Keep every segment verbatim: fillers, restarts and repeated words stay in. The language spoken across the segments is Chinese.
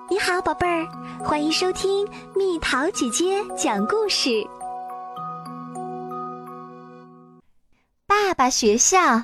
你好，宝贝儿，欢迎收听蜜桃姐姐讲故事。爸爸学校。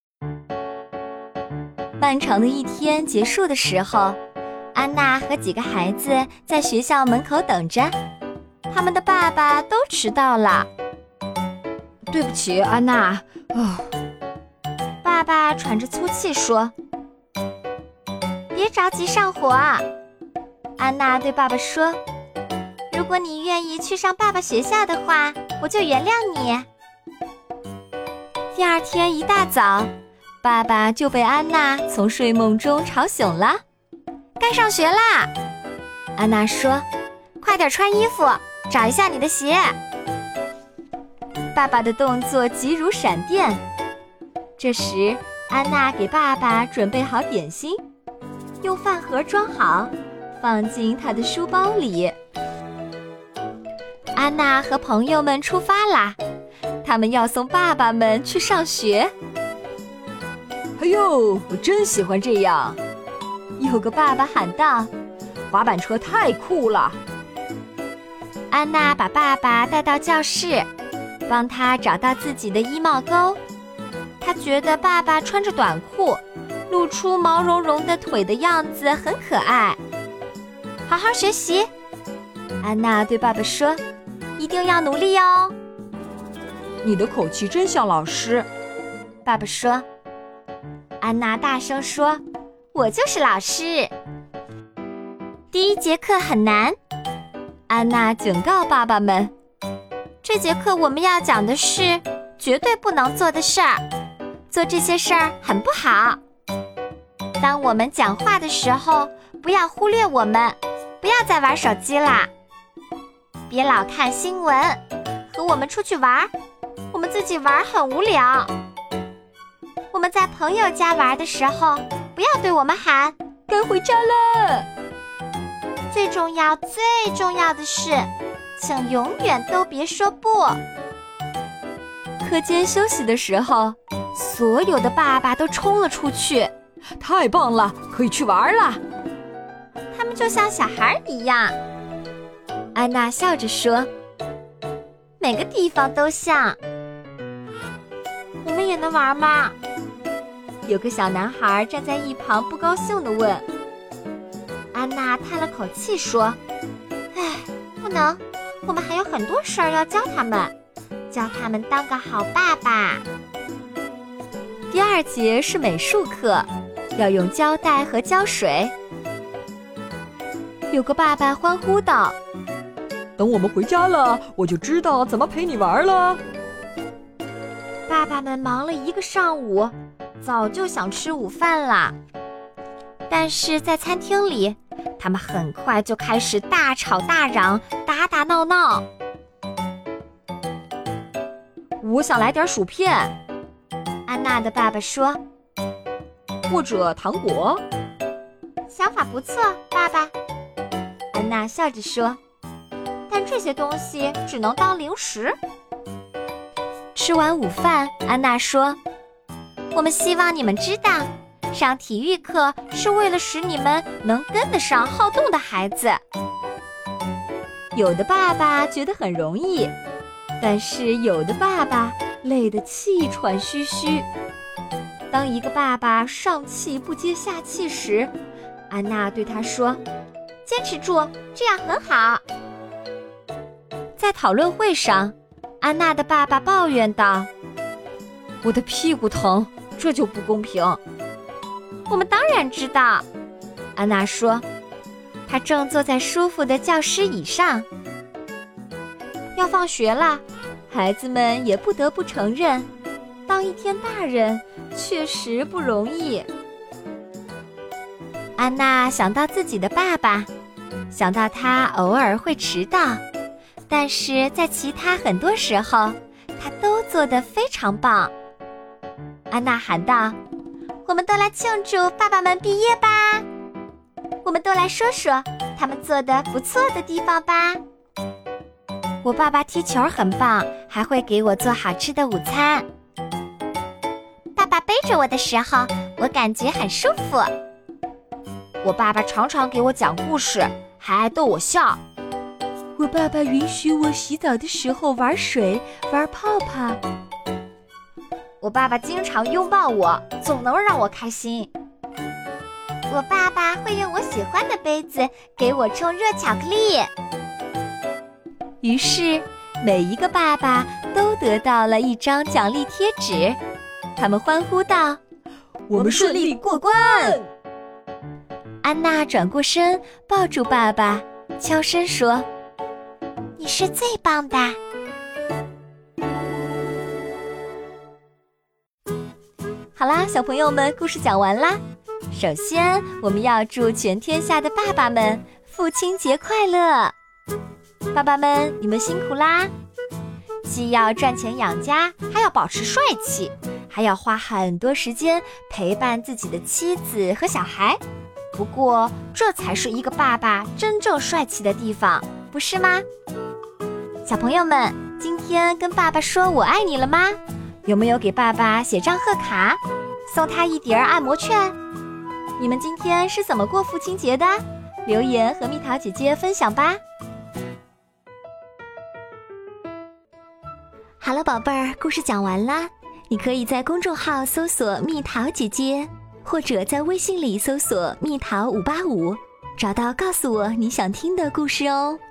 漫长的一天结束的时候，安娜和几个孩子在学校门口等着，他们的爸爸都迟到了。 对不起，安娜。哦， 爸爸喘着粗气说：“别着急上火啊。”安娜对爸爸说：“如果你愿意去上爸爸学校的话，我就原谅你。”第二天一大早，爸爸就被安娜从睡梦中吵醒了。该上学啦！安娜说：“快点穿衣服，找一下你的鞋。”爸爸的动作急如闪电。这时，安娜给爸爸准备好点心，用饭盒装好，放进他的书包里。安娜和朋友们出发啦，他们要送爸爸们去上学。 哎呦，我真喜欢这样！ 有个爸爸喊道：“ 滑板车太酷了！” 安娜把爸爸带到教室，帮他找到自己的衣帽钩。她觉得爸爸穿着短裤，露出毛茸茸的腿的样子很可爱。好好学习，安娜对爸爸说，一定要努力哦。 你的口气真像老师， 爸爸说。安娜大声说，我就是老师。第一节课很难，安娜警告爸爸们，这节课我们要讲的是绝对不能做的事儿，做这些事儿很不好。当我们讲话的时候，不要忽略我们，不要再玩手机啦，别老看新闻，和我们出去玩，我们自己玩很无聊。我们在朋友家玩的时候，不要对我们喊该回家了。最重要最重要的是，请永远都别说不。课间休息的时候，所有的爸爸都冲了出去。 太棒了，可以去玩了。 他们就像小孩一样。安娜笑着说，每个地方都像。我们也能玩吗？有个小男孩站在一旁不高兴地问。安娜叹了口气说，唉，不能，我们还有很多事儿要教他们，教他们当个好爸爸。第二节是美术课，要用胶带和胶水。有个爸爸欢呼道， 等我们回家了，我就知道怎么陪你玩了。 爸爸们忙了一个上午，早就想吃午饭啦。但是在餐厅里，他们很快就开始大吵大嚷，打打闹闹。 我想来点薯片， 安娜的爸爸说， 或者糖果。 想法不错，爸爸。安娜笑着说，但这些东西只能当零食。吃完午饭，安娜说，我们希望你们知道，上体育课是为了使你们能跟得上好动的孩子。有的爸爸觉得很容易，但是有的爸爸累得气喘吁吁。当一个爸爸上气不接下气时，安娜对他说，坚持住，这样很好。在讨论会上，安娜的爸爸抱怨道，我的屁股疼，这就不公平。我们当然知道，安娜说，她正坐在舒服的教师椅上。要放学了，孩子们也不得不承认，当一天大人确实不容易。安娜想到自己的爸爸，想到他偶尔会迟到，但是在其他很多时候，他都做得非常棒。安娜喊道，我们都来庆祝爸爸们毕业吧，我们都来说说他们做得不错的地方吧。我爸爸踢球很棒，还会给我做好吃的午餐。爸爸背着我的时候，我感觉很舒服。 我爸爸常常给我讲故事，还爱逗我笑。 我爸爸允许我洗澡的时候玩水，玩泡泡。 我爸爸经常拥抱我，总能让我开心。我爸爸会用我喜欢的杯子给我冲热巧克力。 于是，每一个爸爸都得到了一张奖励贴纸。他们欢呼道：“ 我们顺利过关！” 安娜转过身，抱住爸爸，悄声说：“ 你是最棒的。” 好啦，小朋友们，故事讲完啦。首先，我们要祝全天下的爸爸们父亲节快乐！爸爸们，你们辛苦啦！ 既要赚钱养家，还要保持帅气，还要花很多时间陪伴自己的妻子和小孩。不过，这才是一个爸爸真正帅气的地方，不是吗？小朋友们，今天跟爸爸说我爱你了吗？有没有给爸爸写张贺卡，送他一叠按摩券？你们今天是怎么过父亲节的？留言和蜜桃姐姐分享吧。 好了，宝贝儿，故事讲完啦。你可以在公众号搜索蜜桃姐姐，或者在微信里搜索蜜桃五八五，找到告诉我你想听的故事哦。